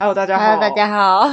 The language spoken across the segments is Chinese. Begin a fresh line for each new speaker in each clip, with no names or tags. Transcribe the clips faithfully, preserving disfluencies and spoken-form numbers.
Hello， 大家好。
Hello， 大家好。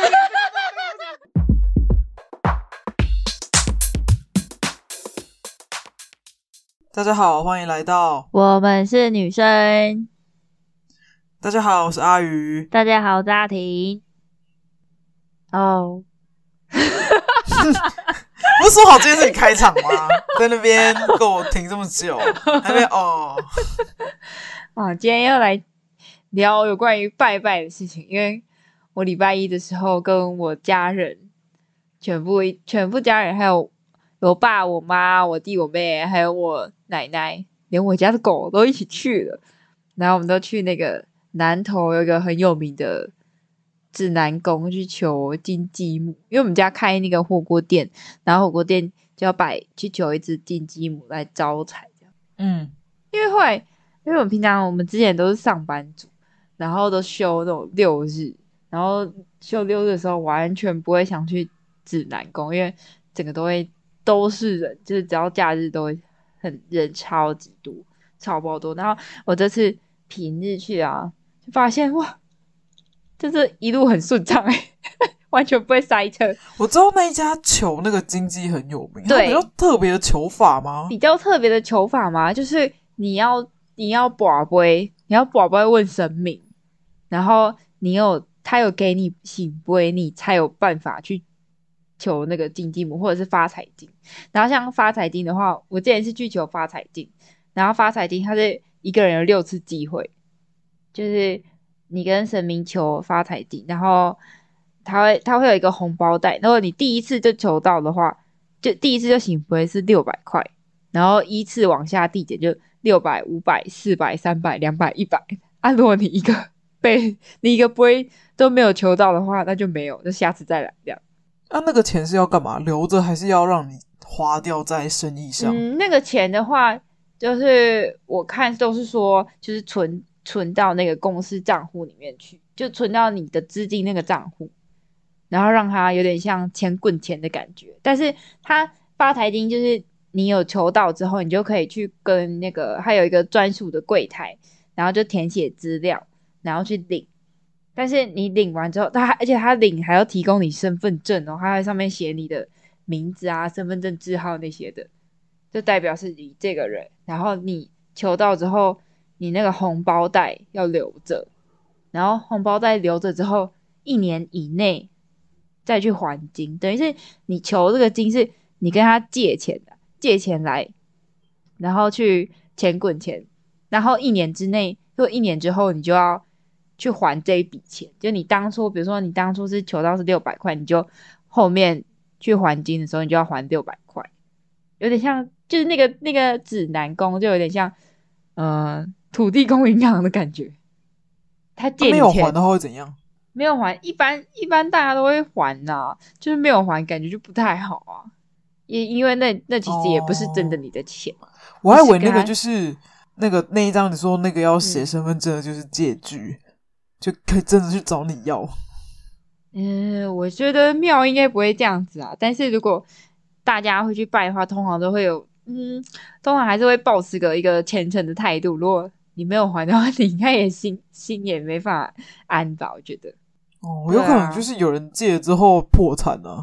大家好，欢迎来到
我们是女生。
大家好，我是阿鱼。
大家好，我是阿婷。哦、
不是说好今天是你开场吗？在那边跟我停这么久，还没哦。
啊，今天要来聊有关于拜拜的事情，因为我礼拜一的时候跟我家人全部全部家人还有我爸我妈我弟我妹还有我奶奶连我家的狗都一起去了，然后我们都去那个南投有一个很有名的指南宫去求金鸡母，因为我们家开那个火锅店，然后火锅店就要摆去求一只金鸡母来招财这样。
嗯，
因为后来因为我们平常我们之前都是上班族，然后都休那种六日，然后休六日的时候完全不会想去指南宫，因为整个都会都是人，就是只要假日都会很人超级多，超爆多。然后我这次平日去啊，就发现哇，就是一路很顺畅欸完全不会塞车。
我知道那一家求那个金鸡很有名，
对，
它比较特别的求法吗？
比较特别的求法吗？就是你要你要跋杯，你要跋杯问神明，然后你有他有给你醒杯，你才有办法去求那个金鸡母或者是发财金。然后像发财金的话，我之前是去求发财金，然后发财金它是一个人有六次机会，就是你跟神明求发财金，然后他会他会有一个红包袋，如果你第一次就求到的话，就第一次就醒杯是六百块，然后依次往下递减，就六百、五百、四百、三百、两百、一百。啊，如果你一个被你一个杯都没有求到的话，那就没有，就下次再来这样。
啊，那个钱是要干嘛？留着还是要让你花掉在生意上？
嗯，那个钱的话，就是我看都是说，就是存存到那个公司账户里面去，就存到你的资金那个账户，然后让它有点像钱滚钱的感觉。但是它发财金就是你有求到之后，你就可以去跟那个还有一个专属的柜台，然后就填写资料，然后去领。但是你领完之后，他而且他领还要提供你身份证哦，他在上面写你的名字啊、身份证字号那些的，就代表是你这个人。然后你求到之后，你那个红包袋要留着，然后红包袋留着之后，一年以内再去还金，等于是你求这个金是你跟他借钱的，借钱来，然后去钱滚钱，然后一年之内或一年之后你就要去还这一笔钱。就你当初比如说你当初是求到是六百块，你就后面去还金的时候你就要还六百块，有点像就是那个那个指南宫就有点像呃土地公银行的感觉。他借你钱、
啊、没有还的话会怎样？
没有还，一般一般大家都会还呐、啊，就是没有还感觉就不太好啊。因因为那那其实也不是真的你的钱、哦、
我还以为那个就是那个那一张你说那个要写身份证的就是借据、嗯，就可以真的去找你要。
嗯，我觉得庙应该不会这样子啊，但是如果大家会去拜的话，通常都会有嗯，通常还是会抱持个一个虔诚的态度。如果你没有还的话，你应该也心心也没法安吧，我觉得。
哦，有可能就是有人借了之后破产啊。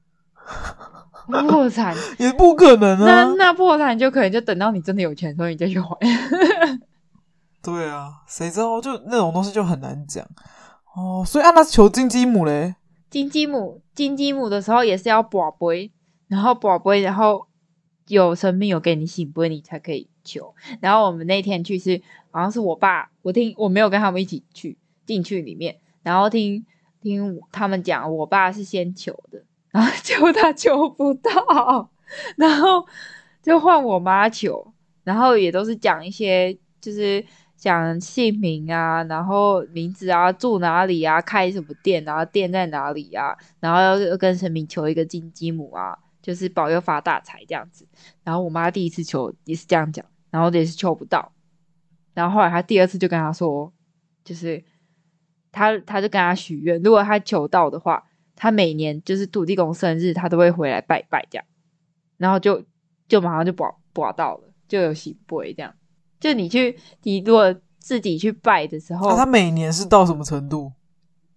破产
也不可能啊。
那那破产就可能就等到你真的有钱的时候你再去还。
对啊，谁知道就那种东西就很难讲哦。所以按他求金鸡母嘞，
金鸡母金鸡母的时候也是要跋杯，然后跋杯，然后有神明有给你醒杯，你才可以求。然后我们那天去是好像是我爸，我听我没有跟他们一起去进去里面，然后听听他们讲，我爸是先求的，然后结果他求不到，然后就换我妈求，然后也都是讲一些就是讲姓名啊，然后名字啊，住哪里啊，开什么店啊，店在哪里啊，然后要跟神明求一个金鸡母啊，就是保佑发大财这样子。然后我妈第一次求也是这样讲，然后也是求不到，然后后来她第二次就跟她说，就是她她就跟她许愿，如果她求到的话，她每年就是土地公生日，她都会回来拜拜这样，然后就就马上就拔拔到了，就有喜杯这样。就你去，你如果自己去拜的时候，
啊、他每年是到什么程度？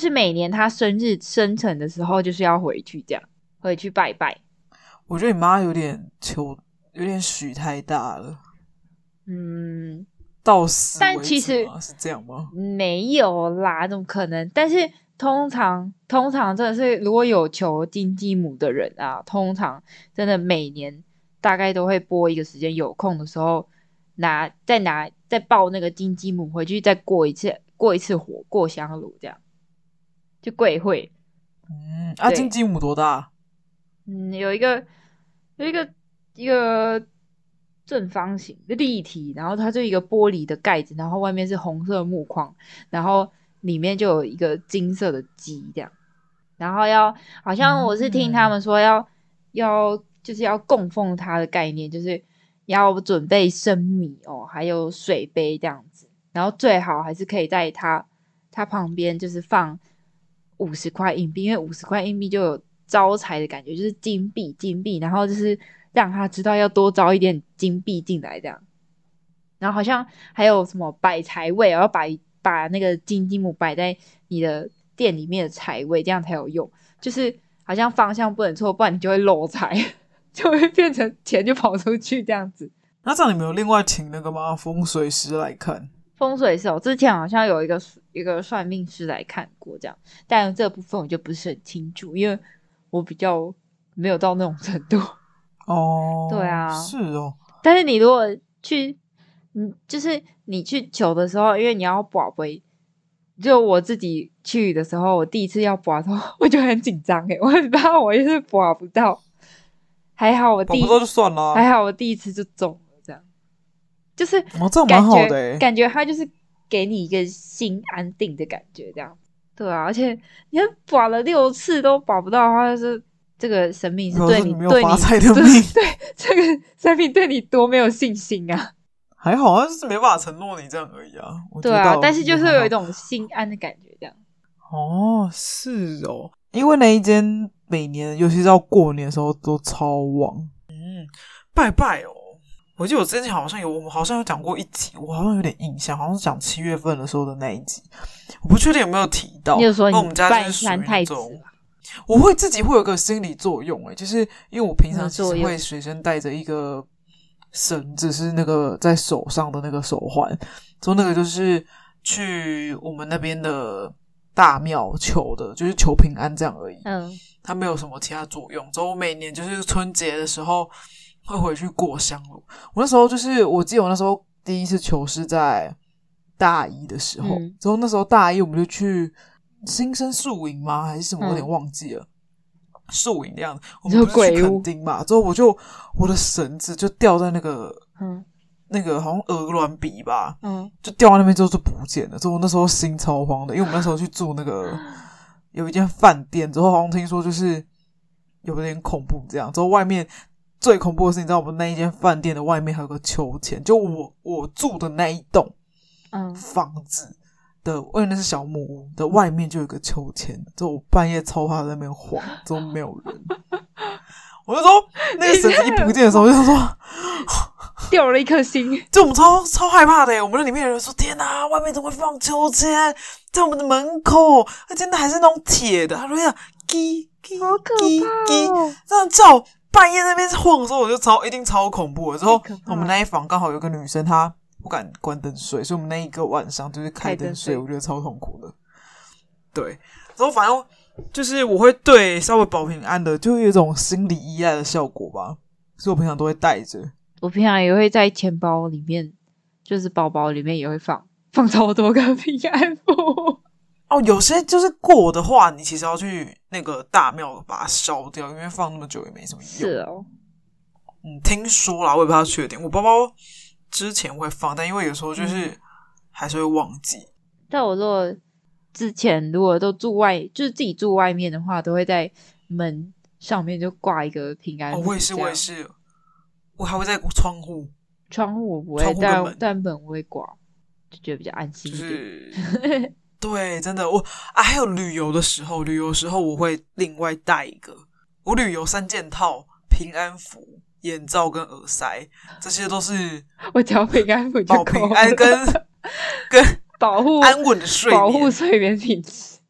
就是每年他生日生辰的时候，就是要回去这样，回去拜拜。
我觉得你妈有点求，有点许太大了。
嗯，
到死为止吗？
但其实
是这样吗？
没有啦，怎么可能？但是通常通常真的是，如果有求金鸡母的人啊，通常真的每年大概都会拨一个时间，有空的时候拿再拿再抱那个金鸡母回去，再过一次过一次火，过香炉这样，就跪会。
嗯，啊，金鸡母多大？
嗯，有一个有一个一个正方形的立体，然后它就一个玻璃的盖子，然后外面是红色木框，然后里面就有一个金色的鸡这样，然后要好像我是听他们说要、嗯、要就是要供奉它的概念，就是要准备生米哦，还有水杯这样子，然后最好还是可以在它它旁边就是放五十块硬币，因为五十块硬币就有招财的感觉，就是金币金币，然后就是让他知道要多招一点金币进来这样。然后好像还有什么摆财位，然后把把那个金鸡母摆在你的店里面的财位，这样才有用。就是好像方向不能错，不然你就会漏财，就会变成钱就跑出去这样子。
那这样你们有另外请那个吗？风水师来看？
风水师，我之前好像有一个一个算命师来看过这样，但这部分我就不是很清楚，因为我比较没有到那种程度。
哦，
对啊，
是哦。
但是你如果去，嗯，就是你去求的时候，因为你要拔杯，就我自己去的时候，我第一次要拔的时候，我就很紧张诶，我很怕我就是拔不到。还好我第一
拔不到就算了，
还好我第一次就中了，这样就是
哦，这样蛮好的诶，
感觉他就是给你一个心安定的感觉，这样。对啊，而且你要拔了六次都拔不到的话，就是这个神明是对你
没有发财的命，
对这个神明对你多没有信心啊！
还好啊，就是没办法承诺你这样而已啊。
对啊，但是就是有一种心安的感觉，这样。
哦，是哦，因为那一间每年，尤其是到过年的时候都超旺。嗯，拜拜哦。我记得我之前好像有，我们好像有讲过一集，我好像有点印象，好像是讲七月份的时候的那一集，我不确定有没有提到。
你有说你
我们家就是属于那种，我会自己会有个心理作用、欸，就是因为我平常其实会随身带着一个绳子，是那个在手上的那个手环，之后那个就是去我们那边的大庙求的，就是求平安这样而已。
嗯，
它没有什么其他作用。之后每年就是春节的时候会回去过香炉。我那时候就是我记得我那时候第一次求是在大一的时候，嗯、之后那时候大一我们就去新生宿营吗还是什么，我有点忘记了。宿营的样子，我们不是去垦丁嘛？之后我就我的绳子就掉在那个嗯那个好像鹅銮鼻吧，嗯，就掉在那边之后就不见了。之后我那时候心超慌的，因为我们那时候去住那个有一间饭店，之后好像听说就是有点恐怖这样。之后外面最恐怖的是，你知道我们那一间饭店的外面还有个秋千，就我我住的那一栋嗯房子的，因为那是小木屋的外面就有个秋千，之后我半夜超怕在那边晃，之后没有人。我就说那个绳子一不见的时候，我就想说
掉了一颗心，
就我们超超害怕的耶。我们那里面的人说：“天哪，外面怎么会放秋千在我们的门口？而且那还是那种铁的。”他说：“呀，叽叽
好可怕哦！”
这样叫半夜那边晃的时候，我就超一定超恐怖的。之后我们那一房刚好有个女生，她不敢关灯睡，所以我们那一个晚上就是开灯睡，我觉得超痛苦的。对，之后反正就是我会对稍微保平安的，就有一种心理依赖的效果吧，所以我平常都会带着。
我平常也会在钱包里面，就是包包里面也会放放超多个平安符。
哦，有些就是过的话，你其实要去那个大庙把它烧掉，因为放那么久也没什么用。
是哦，
嗯，听说啦，我也不太确定。我包包之前会放，但因为有时候就是还是会忘记。嗯、
但我如果之前如果都住外，就是自己住外面的话，都会在门上面就挂一个平安符。
哦，我也是，我也是。我还会在窗户，
窗户我不会，但但门我会挂，就觉得比较安心一点。
就是对，真的我啊，还有旅游的时候，旅游的时候我会另外带一个。我旅游三件套：平安符、眼罩跟耳塞，这些都是
我只要平安符就够了，
保平安跟跟
保护
安稳的睡眠，
保护睡眠品质。
对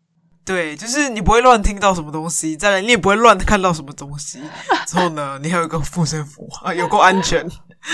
对，就是你不会乱听到什么东西，再来你也不会乱看到什么东西。之后呢，你还有一个护身符啊，有够安全。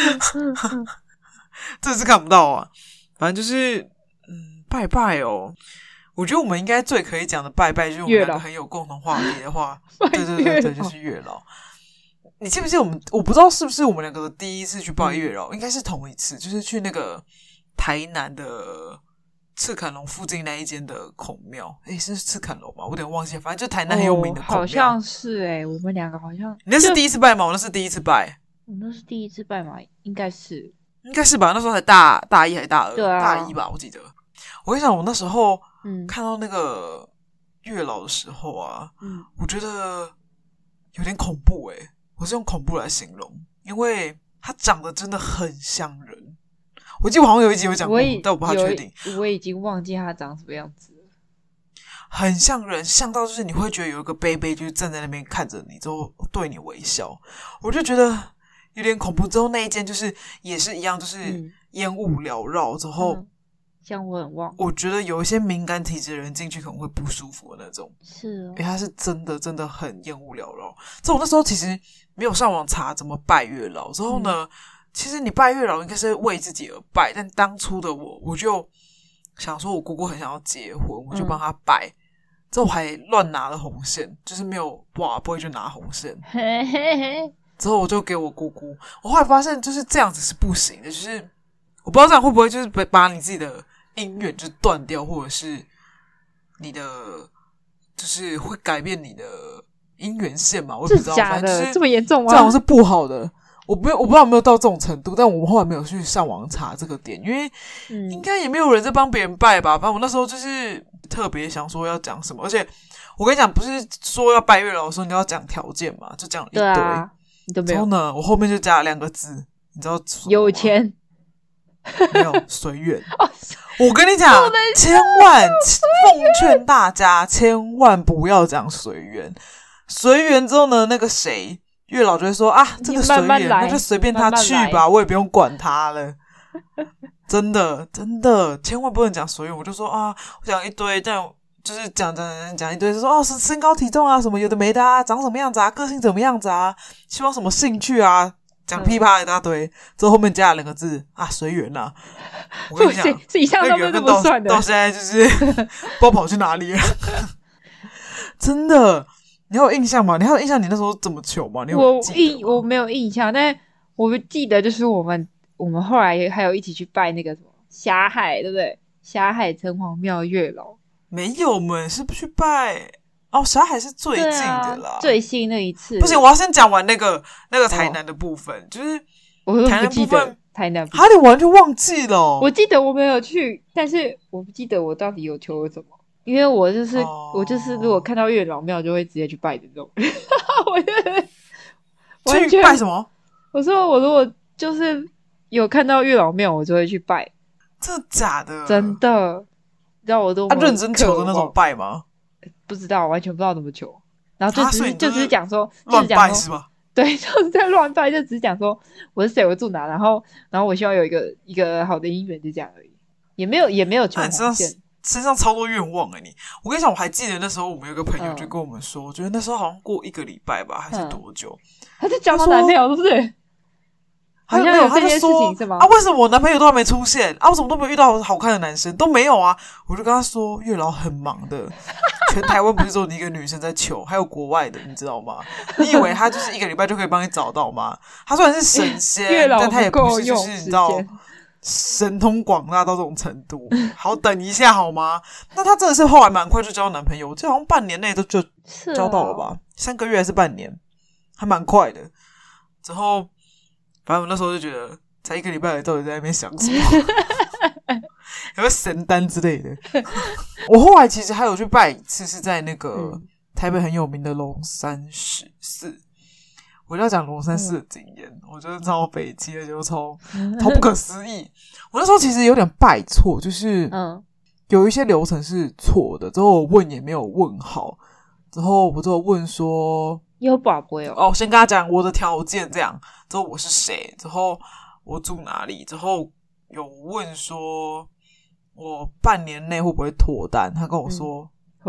这是看不到啊，反正就是嗯，拜拜哦。我觉得我们应该最可以讲的拜拜，就是我们两个很有共同话题的话，对对对对，就是月老。你记不记得我们？我不知道是不是我们两个的第一次去拜月老，嗯、应该是同一次，就是去那个台南的赤坎楼附近那一间的孔庙。诶，是赤坎楼吗？我有点忘记了，反正就台南很有名的孔庙。
哦、好像是诶、欸、我们两个好像。
你那是第一次拜吗？我那是第一次拜。
我那是第一次拜吗？应该是，
应该是吧。那时候才大大一还是大二？
对啊，
大一吧，我记得。我跟你讲，我那时候
嗯
看到那个月老的时候啊，
嗯，
我觉得有点恐怖诶、欸、我是用恐怖来形容，因为他长得真的很像人。我记得我好像有一集有讲过，但我不太确定。
我已经忘记他长什么样子了。
很像人，像到就是你会觉得有一个贝贝就是站在那边看着你，之后对你微笑，我就觉得有点恐怖。之后那一间就是也是一样，就是烟雾缭绕，之后。嗯
像我很旺，
我觉得有一些敏感体质的人进去可能会不舒服的那种。
是哦，
因为他是真的真的很烟雾缭绕。这我那时候其实没有上网查怎么拜月老，之后呢，嗯、其实你拜月老应该是为自己而拜，但当初的我，我就想说我姑姑很想要结婚，我就帮她拜。嗯、之后我还乱拿了红线，就是没有哇不会就拿红线。
嘿嘿嘿
之后我就给我姑姑，我后来发现就是这样子是不行的，就是我不知道这样会不会就是把你自己的姻缘就断掉，或者是你的就是会改变你的姻缘线嘛？我也不知道，
假的，
就是
这么严重吗？
这好像是不好的。我不我不知道有没有到这种程度，但我们后来没有去上网查这个点，因为应该也没有人在帮别人拜吧。反正我那时候就是特别想说要讲什么，而且我跟你讲，不是说要拜月老的时候你要讲条件嘛，就讲一堆。
对啊，你都没有。
然后呢，我后面就加了两个字，你知道
有钱。
没有随缘。我跟你讲，千万奉劝大家，千万不要讲随缘。随缘之后呢，那个谁月老就会说啊，这个随缘，那就随便他去吧，慢慢我也不用管他了。真的，真的，千万不能讲随缘。我就说啊，我讲一堆，但就是讲讲讲一堆，就说哦，身高体重啊，什么有的没的啊，长什么样子啊，个性怎么样子啊，希望什么兴趣啊。讲噼啪一大堆，之后后面加了两个字啊，随缘呐。我跟你讲，
是以上都是这么算的，
到现在就是不知道跑去哪里了。真的，你还有印象吗？你还有印象你那时候怎么求吗？你有
我印我没有印象，但我记得就是我们我们后来还有一起去拜那个什么霞海，对不对？霞海城隍庙月老
没有，我们是不去拜。哦，霞海是最近的啦，
啊、最新那一次。
不行，我要先讲完那个那个台南的部分，哦、就是台南部分，
台南部分，
哈，你完全忘记了、哦。
我记得我没有去，但是我不记得我到底有求了什么，因为我就是、哦、我就是如果看到月老庙就会直接去拜的这种。我就
去拜什么？
我说我如果就是有看到月老庙，我就会去拜。
真的假的？
真的，你知道我都
他、啊、认真求的那种拜吗？
不知道，完全不知道怎么求，然后就只是、
啊、
就只是讲说
乱拜是吧？
对，就是在乱拜，就只是讲说我是谁，我住哪，然后然后我希望有一个一个好的姻缘，就这样而已，也没有也没有求红线。
身上超多愿望哎、欸！你，我跟你讲，我还记得那时候我们有个朋友就跟我们说，我、嗯、觉得那时候好像过一个礼拜吧，还是多久？
他在交他男朋友，是不是？好像有这件事情是吗？
啊，为什么我男朋友都还没出现啊？我怎么都没有遇到好看的男生，都没有啊！我就跟他说，月老很忙的，全台湾不是只有你一个女生在求，还有国外的，你知道吗？你以为他就是一个礼拜就可以帮你找到吗？他虽然是神仙，但他也不是就是你知道神通广大到这种程度。好，等一下好吗？那他真的是后来蛮快就交男朋友，这好像半年内都就交到了吧？哦、三个月还是半年，还蛮快的。之后。反正我那时候就觉得，才一个礼拜，到底在那边想什么？有没有神丹之类的？我后来其实还有去拜一次，是在那个台北很有名的龙山寺。我就要讲龙山寺的经验，嗯、我觉得超北七的，就超超不可思议。我那时候其实有点拜错，就是有一些流程是错的，之后我问也没有问好，之后我就问说。
有宝贝哦！
哦，先跟他讲我的条件，这样之后我是谁，之后我住哪里，之后有问说我半年内会不会脱单，他跟我说、
嗯、会，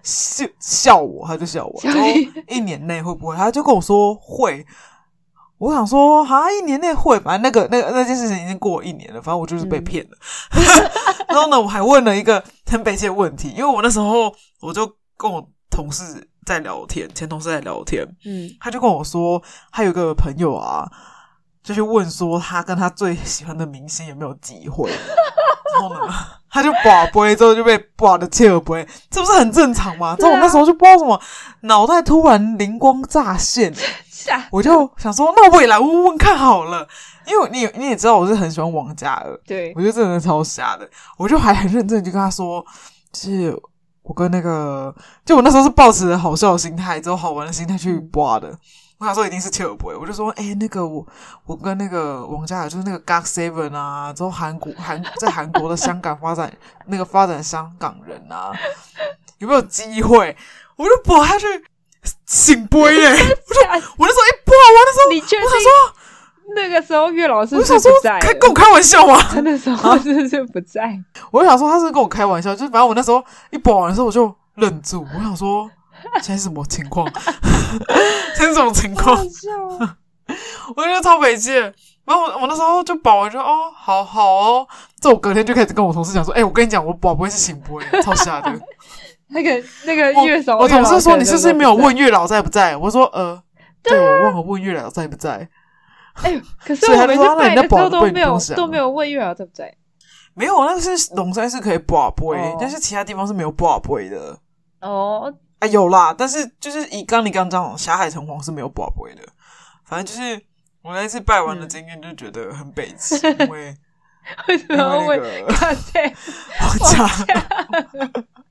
笑笑我，他就笑我，然后一年内会不会？他就跟我说会。我想说，哈，一年内会，反正那个那个那件事情已经过了一年了，反正我就是被骗了。嗯、然后呢，我还问了一个很北切的问题，因为我那时候我就跟我同事在聊天，前同事在聊天，嗯，他就跟我说，他有个朋友啊，就去问说他跟他最喜欢的明星有没有机会。然后呢，他就拔杯之后就被拔的切耳杯，这不是很正常吗？之后我那时候就不知道什么，脑袋突然灵光乍现，我就想说，那我也来问问看好了，因为你你也知道我是很喜欢王嘉尔，
对，
我觉得真的超瞎的，我就还很认真的就跟他说，就是我跟那个，就我那时候是抱持好笑的心态，之后好玩的心态去拔的。我想说一定是切尔伯，我就说，哎、欸，那个我我跟那个王嘉尔就是那个 God Seven 啊，之后韩国韩在韩国的香港发展那个发展香港人啊，有没有机会？我就拔下去醒杯嘞！我就我那时候一拔，我那时候
你确定
我想说
那个时候月老师
我想说开跟我开玩笑吗？
他那时候是不是不在？
我就想说他是跟我开玩笑，就是反正我那时候一拔完的时候我就愣住，我想说。现在是什么情况？现在是什么情况？我觉得超北气。然后我我那时候就保，我就哦，好好哦。这我隔天就开始跟我同事讲说，哎、欸，我跟你讲，我保不会是醒不会，超瞎的。
那个那个月嫂，
我同事说你是不是没有问月老在不在？我说呃，对，我忘了问月老在不在。
哎、欸，可是我每次拜的时候都没有都没有问月老在不在。
没有，那个是龙山是可以保杯、哦，但是其他地方是没有保杯的。哦。啊，有啦，但是就是以刚你刚刚讲霞海城隍是没有宝贝的，反正就是我那次拜完的经验就觉得很北齐、嗯，因为
为什么要问刚才
我讲，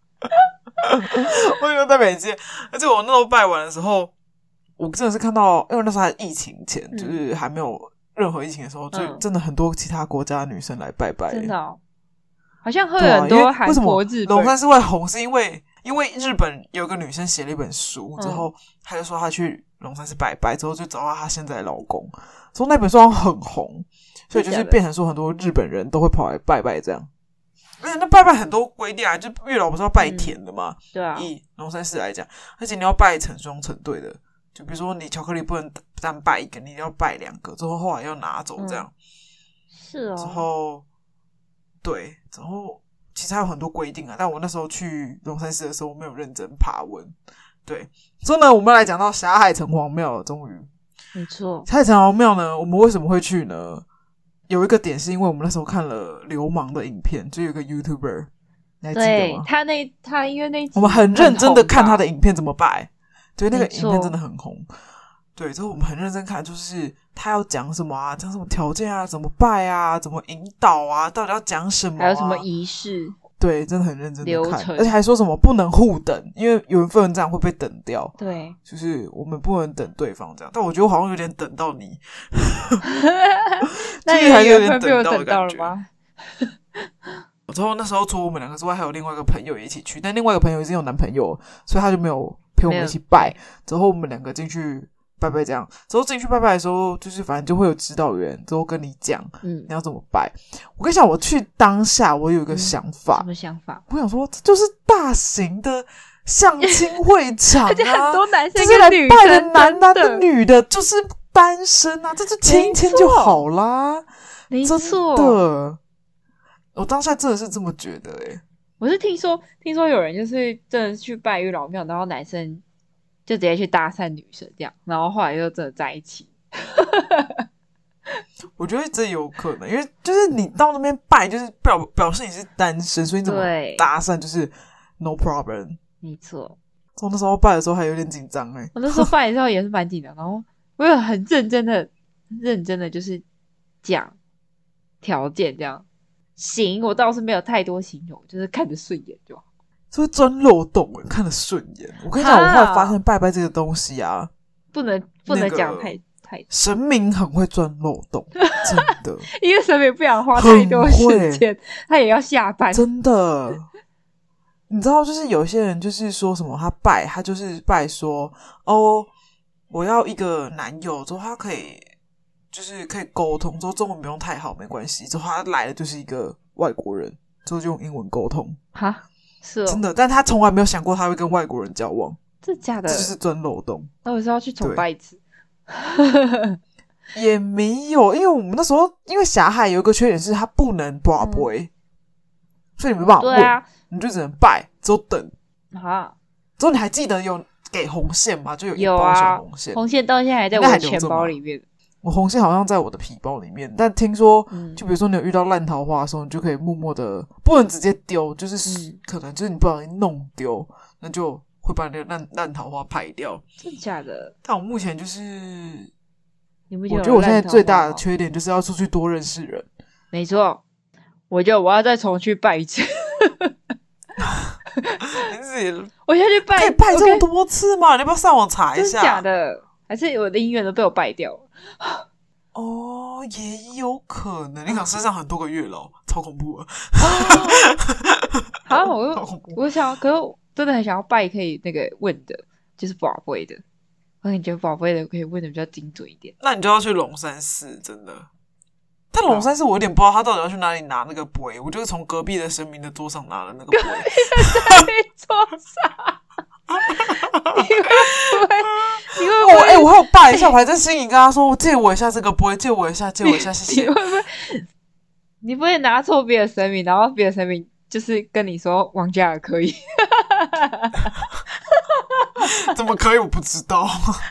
我觉得在北京，而且我那时候拜完的时候，我真的是看到，因为那时候还疫情前、嗯，就是还没有任何疫情的时候，就真的很多其他国家的女生来拜拜，
真的、哦，好像会有很多韩国、日本
龙山寺会红，是因为。因为日本有个女生写了一本书之后，她、嗯、就说她去龙山寺拜拜之后，就找到她现在的老公，所以那本书很红，所以就是变成说很多日本人都会跑来拜拜这样。而且那拜拜很多规定啊，就月老不是要拜甜的吗？
嗯、对啊。
以龙山寺来讲，而且你要拜成双成对的，就比如说你巧克力不能单拜一个，你要拜两个，之后后来要拿走这样。
嗯、是哦。
之后，对，然后。其实还有很多规定啊，但我那时候去龙山寺的时候，我没有认真爬文。对，所以呢，我们来讲到霞海城隍庙了，终于，
没错。
霞海城隍庙呢，我们为什么会去呢？有一个点是因为我们那时候看了流氓的影片，就有一个 YouTuber， 你还记得吗？
对，他那他因为那
我们很认真的看他的影片怎么拜，对，那个影片真的很红。对，之后我们很认真看，就是他要讲什么啊，讲什么条件啊，怎么拜啊，怎么引导啊，到底要讲什么、啊，
还有什么仪式？
对，真的很认真的看，而且还说什么不能互等，因为有人不能这样会被等掉。
对，
就是我们不能等对方这样，但我觉得我好像有点等到你，
那你
还有点
等
到的感觉。
吗？
之后那时候除了我们两个之外，还有另外一个朋友也一起去，但另外一个朋友已经有男朋友，所以他就没有陪我们一起拜。之后我们两个进去。拜拜这样，之后进去拜拜的时候，就是反正就会有指导员，之后跟你讲，嗯，你要怎么拜。我跟你讲，我去当下，我有一个想法，
嗯、什么想法？
我想说，这就是大型的相亲会场啊，
而且很多男生
跟女生，就是来拜的男的、的女的，就是单身啊，这就牵一牵就好啦，
没错，
真的，我当下真的是这么觉得、欸，诶
我是听说，听说有人就是真的去拜月老庙，然后男生。就直接去搭讪女生这样，然后后来又真的在一起。
我觉得这有可能，因为就是你到那边拜，就是表表示你是单身，所以你怎么搭讪就是 no problem。
没错。
从那时候拜的时候还有点紧张哎。
我那时候拜的时候也是蛮紧张，然后我有很认真的、认真的就是讲条件这样。行，我倒是没有太多形容，就是看着顺眼就好。
是会钻漏洞，看得顺眼。我跟你讲，我后来发现拜拜这个东西啊，
不能不能讲太、那個、太。
神明很会钻漏洞，真的。
因为神明不想花太多时间，他也要下班。
真的，你知道，就是有些人就是说什么，他拜他就是拜说哦，我要一个男友，之后他可以就是可以沟通，之后中文不用太好没关系，之后他来的就是一个外国人，之后就用英文沟通。
哈。 是哦，
真的，但他从来没有想过他会跟外国人交往，
这假的？
这就是钻漏洞。
那我是要去崇拜一次。
也没有，因为我们那时候因为霞海有一个缺点是它不能拔杯、嗯，所以你没办法问，
对啊，
你就只能拜，只有等
啊。
之后你还记得有给红线吗？就有一包小红线，
有啊、红线到现在还在我的钱包里面。
我红线好像在我的皮包里面，但听说，嗯、就比如说你有遇到烂桃花的时候，你就可以默默的，不能直接丢，就是、嗯、可能就是你不小心弄丢，那就会把那个烂烂桃花排掉。
真假的？
但我目前就是，
你不
我觉得我现在最大的缺点就是要出去多认识人。
没错，我觉得我要再重去拜一次。我下去拜，
可以拜这么多次吗？你要不要上网查一下？
真假的？还是我的姻缘都被我拜掉了？
哦，也有可能。你可能身上很多个月老，超恐怖的。
好，我我想，可是我真的很想要拜，可以那个问的，就是宝贝的。我感觉宝贝的可以问的比较精准一点。
那你就要去龙山寺，真的。但龙山寺我有点不知道他到底要去哪里拿那个杯，我就是从隔壁的神明的桌上拿了那个杯。
隔壁的神明桌上。你会不会？你会不会？
我哎、欸，我还有拜一下，我还在心里跟他说：“借我一下这个杯，借我一下，借我一下，谢谢。”
你会不会？你不会拿错别的神明，然后别的神明就是跟你说王嘉尔可以？
怎么可以？我不知道。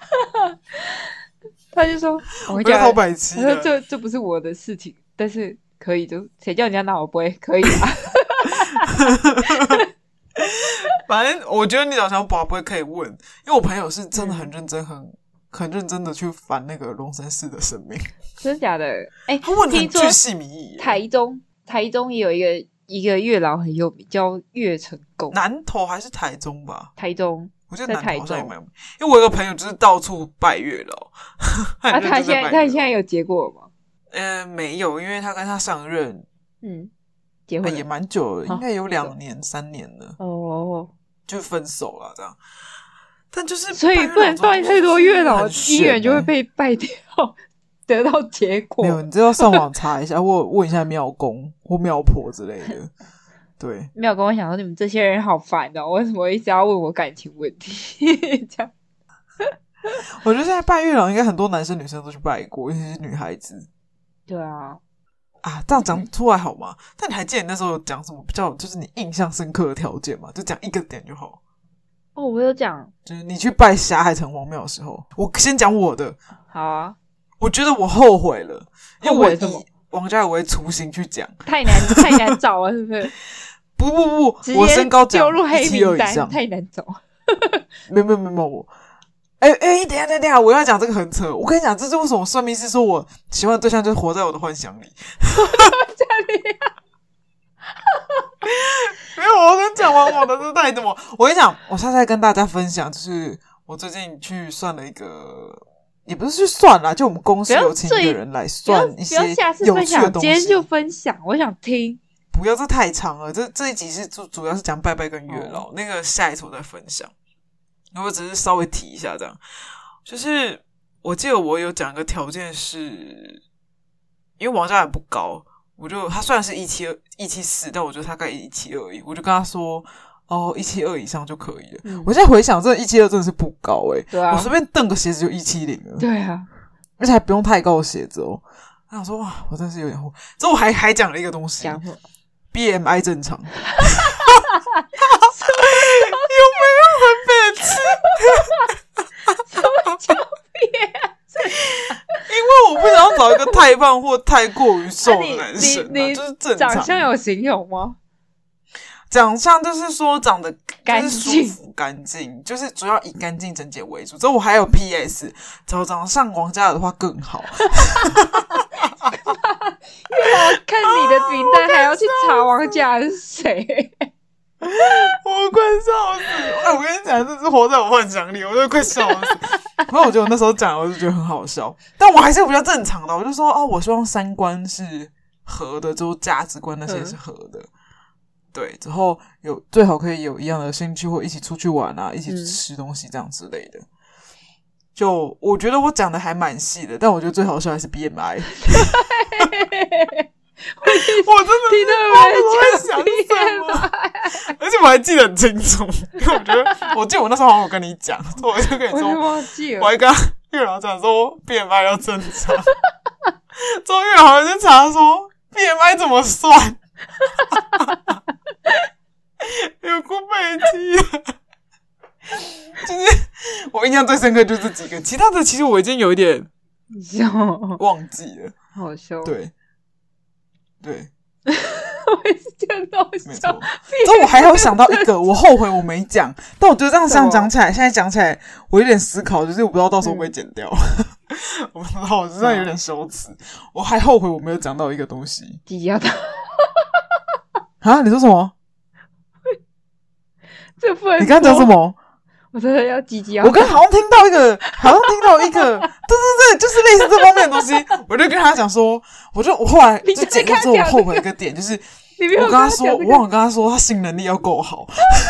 他就说：“王嘉尔，
超白痴。”
他说：“这这不是我的事情，但是可以，就谁叫人家拿我杯？可以啊。”
反正我觉得你早上宝贝可以问，因为我朋友是真的很认真、很、嗯、很认真的去翻那个龙山寺的神明。
真的假的？哎、欸，
他问很巨细靡遗。
台中，台中也有一个一个月老很有名，叫月成公。
南投还是台中吧？
台中，
我觉得南投好像也蛮有名，因为我有个朋友就是到处拜月老。
啊，他现在他现在有结果吗？
呃，没有，因为他跟他上任，
嗯。结婚、
欸、也蛮久了，应该有两年、哦、三年了
哦，
就分手了这样。但就是
所以不能拜太多月老，姻缘就会被拜掉，得到结果。
没有，你只要上网查一下，或问一下庙公或庙婆之类的。对，
庙公，我想说你们这些人好烦哦，为什么一直要问我感情问题？这样，
我觉得现在拜月老应该很多男生女生都去拜过，尤其是女孩子。
对啊。
啊，这样讲出来好吗？但你还记得你那时候有讲什么比较就是你印象深刻的条件吗？就讲一个点就好。
哦，我有讲，
就是你去拜霞海城隍庙的时候，我先讲我的。
好啊，
我觉得我后悔了，因为我
以
王嘉尔为雏形去讲，
太难太难找了，是不是？
不不不，我身高讲
丢入黑名单，
以上
太难找。
没有没有没有我。哎、欸、哎、欸，等一下等一下，我要讲这个很扯。我跟你讲，这是为什么算命师说我喜欢的对象就是活在我的幻想里。
活在幻想里、啊。
没有，我跟讲完我的这太怎么？我跟你讲，我下次再跟大家分享，就是我最近去算了一个，也不是去算啦，就我们公司有请一个人来算一些有趣的东西。不要下次分享，
今天就分享，我想听。
不要，这太长了。这这一集是主主要是讲拜拜跟月老，哦、那个下一次我再分享。我只是稍微提一下，这样就是我记得我有讲一个条件是，因为王嘉尔不高，我就他虽然是一七二一七四，但我觉得他大概一七二而已，我就跟他说哦一七二以上就可以了。嗯、我现在回想，这一七二真的是不高诶、欸，
对啊，
我随便蹬个鞋子就一七零了，
对啊，
而且还不用太高的鞋子哦。我想说哇，我真是有点后悔。之后我还还讲了一个东西，
讲什么
？B M I 正常。有没有很白痴？
什么叫 B M I？
因为我不想要找一个太胖或太过于瘦的男生、啊
啊、你你
就是正常。
长相有形容吗？
长相就是说长得
干
净、舒服、干净，就是主要以干净整洁为主。之后我还有 P S， 只要长得像王嘉尔的话更好。
因为我看你的名单还要去查王嘉尔是谁。
我快笑死！哎，我跟你讲，这是活在我幻想里，我就快笑死。然后我觉得我那时候讲，我就觉得很好笑，但我还是比较正常的。我就说，哦，我希望三观是合的，之后价值观那些是合的。嗯、对，之后有最好可以有一样的兴趣，或一起出去玩啊，一起吃东西这样之类的。嗯、就我觉得我讲的还蛮细的，但我觉得最好笑还是 B M I。 我真的
听到
我在想什么，而且我还记得很清楚，因为我觉得我记得我那时候好像有跟你讲，所以我就跟你说，
我忘记了，
我还跟月老讲说 B M I 要正常，之后月老好像就查说 B M I 怎么算，有够北气的。就是我印象最深刻就是这几个，其他的其实我已经有一点忘记了，
好笑，
对对，
我也是觉得好笑。
没错，之后我还有想到一个，我后悔我没讲，但我觉得这样这样讲起来，现在讲起来我有点思考，就是我不知道到时候会不会剪掉，嗯、我不知道，我真的有点羞耻，我还后悔我没有讲到一个东西，
挤压的
啊？你说什么？
这不能
你刚刚讲什么？
我真的要唧唧啊！
我刚好像听到一个，好像听到一个，对对对，就是类似这方面的东西。我就跟他讲说，我就我后来就解过之后，我后悔一个点就是，我跟他说，我忘了跟他说，他性能力要够好。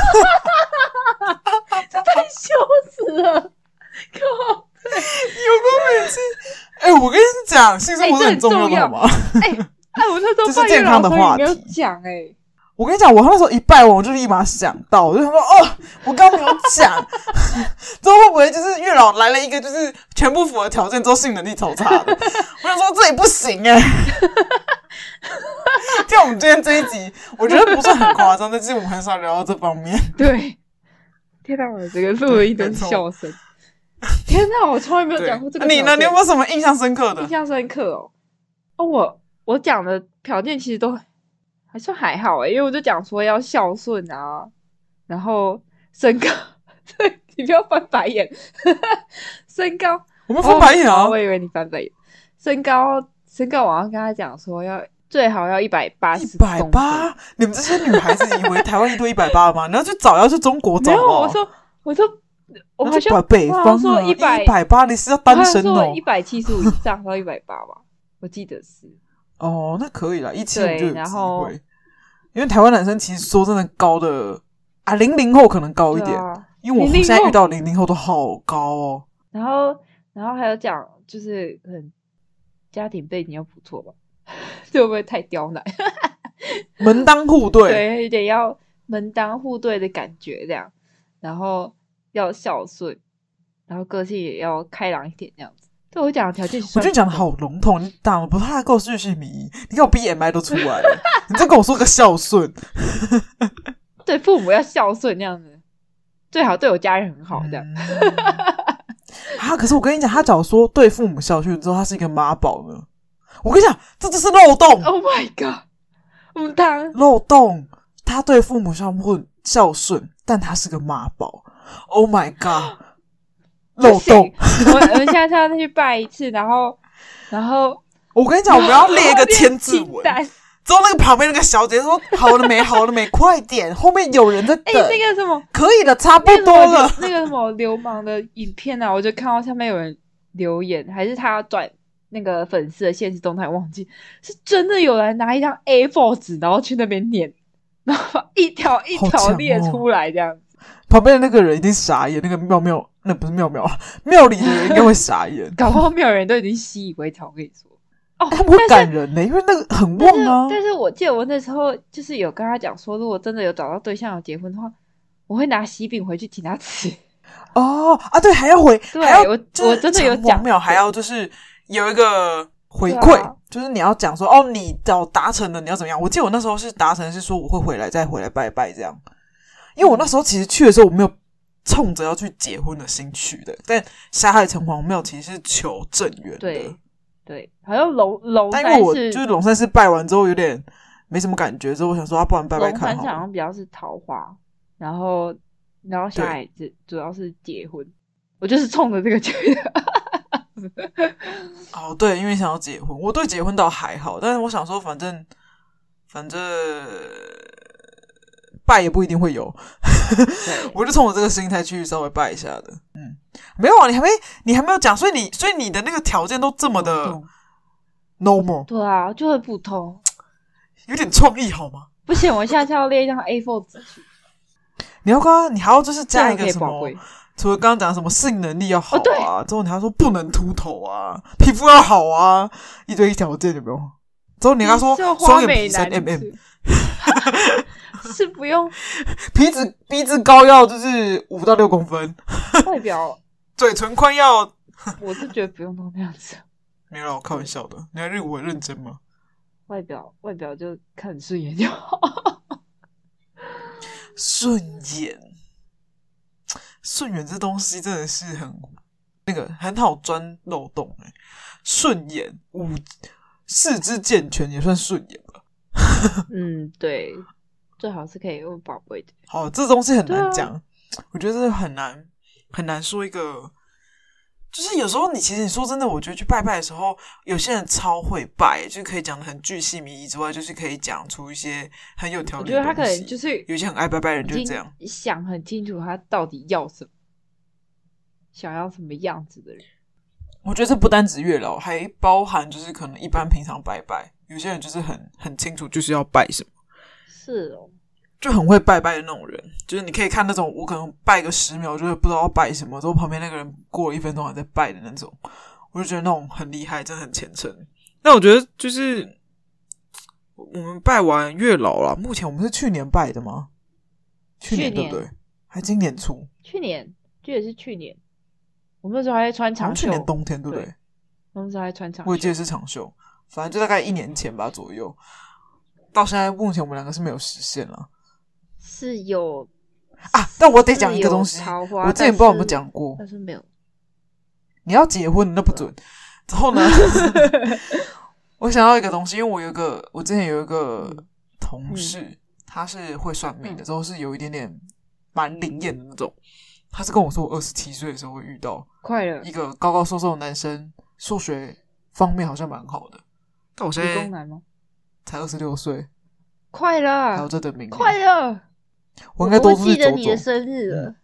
这太羞耻了！靠，
有个美气！哎，我跟你讲，性生活是很重要的，好吗？
哎哎，我那时候
这是健康的话题，
没有讲哎。
我跟你讲，我那时候一拜完，我就立马想到，我就想说，哦，我刚刚没有讲，之后会不会就是月老来了一个就是全部符合条件之后性能力超差的？我想说这也不行哎、欸。像我们今天这一集，我觉得不算很夸张，但是我们很少聊到这方面。
对，天哪，我这个录了一堆笑声。天哪，我从来没有讲过这个。
你呢？你有没有什么印象深刻的？
印象深刻哦。哦，我我讲的条件其实都。还算还好诶、欸，因为我就讲说要孝顺啊，然后身高，对，你不要翻白眼，身高，
我们翻白眼啊、
哦，我以为你翻白眼，身高，身高，我要跟他讲说要最好要一百八十，一
百八，你们这些女孩子以为台湾一堆一百八吗？你要去找，要去中国找、哦。
没有，我说，我说，我好像
北方
说一百
一百八，你是要单身哦？
一百七十五以上到一百八吧，我记得是。
哦，那可以啦，一七五就有机会。因为台湾男生其实说真的高的啊，零零后可能高一点，啊、因为我现在遇到零零后都好高哦。
然后，然后还有讲就是很家庭背景要不错吧，这会不会太刁难？
门当户对，
对，有点要门当户对的感觉这样。然后要孝顺，然后个性也要开朗一点这样子。对我讲的条件，
我觉得你讲的好笼统，你讲的不太够巨细靡遗。你看我 B M I 都出来了，你再跟我说个孝顺，
对父母要孝顺这样子，最好对我家人很好这样。嗯、
啊，可是我跟你讲，他假如说对父母孝顺之后，他是一个妈宝呢？我跟你讲，这就是漏洞。
Oh my god！ 母汤
漏洞，他对父母孝顺孝顺，但他是个妈宝。Oh my god！漏洞，
我我们下次要再去拜一次，然后，然后
我跟你讲，我们要列一个千字文，之后那个旁边那个小姐说：“好了没？好了没？快点，后面有人在等。”
哎、欸，那个什么，
可以了，差不多了。
那个什么流氓的影片啊，我就看到下面有人留言，还是他转那个粉丝的限时动态，忘记是真的有人拿一张 A 四 纸，然后去那边念，然后把一条一条列出来这样子。
旁边的那个人一定傻眼，那个妙妙，那不是妙妙，庙里的人应该会傻眼。
搞不好庙人都已经习以为常，我跟你说。哦，
欸、他们会感人呢、欸，因为那个很旺啊。
但是，但是我记得我那时候就是有跟他讲说，如果真的有找到对象要结婚的话，我会拿喜饼回去请他吃。
哦啊，对，还要回，
对，
还要
我我真的有讲，
庙还要就是有一个回馈、啊，就是你要讲说哦，你找达成了，你要怎么样？我记得我那时候是达成是说我会回来再回来拜拜这样。因为我那时候其实去的时候，我没有冲着要去结婚的心去的，但霞海城隍庙其实是求正缘的。
对对，好像龙龙山是，
但因为我就是龙山寺拜完之后有点没什么感觉，之后我想说啊，不然拜拜看好了。
龙山好像比较是桃花，然后然后霞海主要是结婚，我就是冲着这个去的。
哦，对，因为想要结婚，我对结婚倒还好，但是我想说，反正反正。拜也不一定会有，我就冲着这个心态去稍微拜一下的。嗯，没有啊，你还没你还没有讲，所以你所以你的那个条件都这么的 normal。
对啊，就很普通，
有点创意好吗？
不行，我下次要列一张 A 四 纸去。
你要刚刚你还要就是加一个什么？除了刚刚讲什么性能力要好啊，哦、之后你还说不能秃头啊，皮肤要好啊，一堆条件有没有？ 之后你跟他说双眼皮三 mm，
是不用
鼻子鼻子高要就是五到六公分，
外表
嘴唇宽要，
我是觉得不用到那样子。
没有啦，我开玩笑的，你还认我认真吗？
外表外表就看顺眼就好。
顺眼，顺眼这东西真的是很那个很好钻漏洞哎、欸。顺眼五四肢健全也算顺眼吧。
嗯，对，最好是可以用宝贝的。
好，这东西很难讲、啊，我觉得这很难很难说一个。就是有时候你其实你说真的，我觉得去拜拜的时候，有些人超会拜，就可以讲的很巨细靡遗之外，就是可以讲出一些很有条理的东西。
我觉得他可能就是
有些很爱拜拜的人就是这样，
想很清楚他到底要什么，想要什么样子的人。
我觉得这不单指月老，还包含就是可能一般平常拜拜，有些人就是很很清楚就是要拜什么。
是哦。
就很会拜拜的那种人，就是你可以看那种我可能拜个十秒就会不知道要拜什么，之后旁边那个人过了一分钟还在拜的那种，我就觉得那种很厉害，真的很虔诚。那我觉得就是我们拜完月老啦，目前我们是去年拜的吗？去年对不对？还今年初？
去年，这也是去年。我们那时候还在穿长袖，
去年冬天对不对？
对我们那时候还穿长袖，
我也记得是长袖，反正就大概一年前吧左右。到现在目前我们两个是没有实现了。
是有
啊，但我得讲一个东西，我之前不知道有没有讲过，
但是没有。
你要结婚那不准。之后呢，我想到一个东西，因为我有一个，我之前有一个同事，嗯、他是会算命的，之后是有一点点蛮灵验的那种。他是跟我说，我二十七岁的时候会遇到
快了
一个高高瘦瘦的男生，数学方面好像蛮好的。但我现在
理工男吗？
才二十六岁，
快了，
还有这等明年，
快了。
我应该多出去走走。
我记得你的生日了，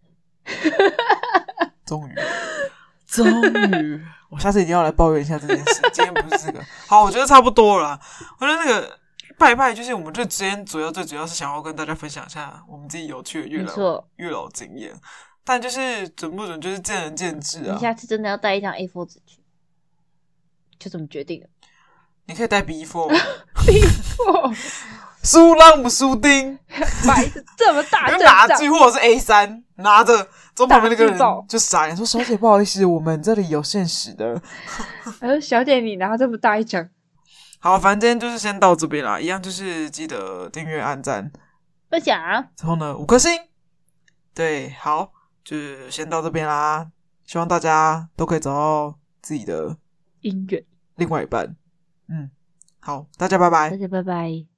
终于，终于，我下次一定要来抱怨一下这件事。今天不是这个，好，我觉得差不多了啦。我觉得那个拜拜，就是我们就今天主要最主要是想要跟大家分享一下我们自己有趣的月老月老经验，但就是准不准就是见仁见智啊。
你下次真的要带一张 A 四 纸去，就这么决定了。
你可以带 B 四
B 四
输浪不输丁，
白的这么大阵
仗，拿去或者是 A 三 拿着，中旁边那个人就傻眼说：“小姐，不好意思，我们这里有限时的。”
他说：“小姐，你拿这么大一张。”
好，反正今天就是先到这边啦，一样就是记得订阅、按赞、
分享，
之后呢五颗星。对，好，就是先到这边啦，希望大家都可以找到自己的
姻缘，
另外一半。嗯，好，大家拜拜，
大家拜拜。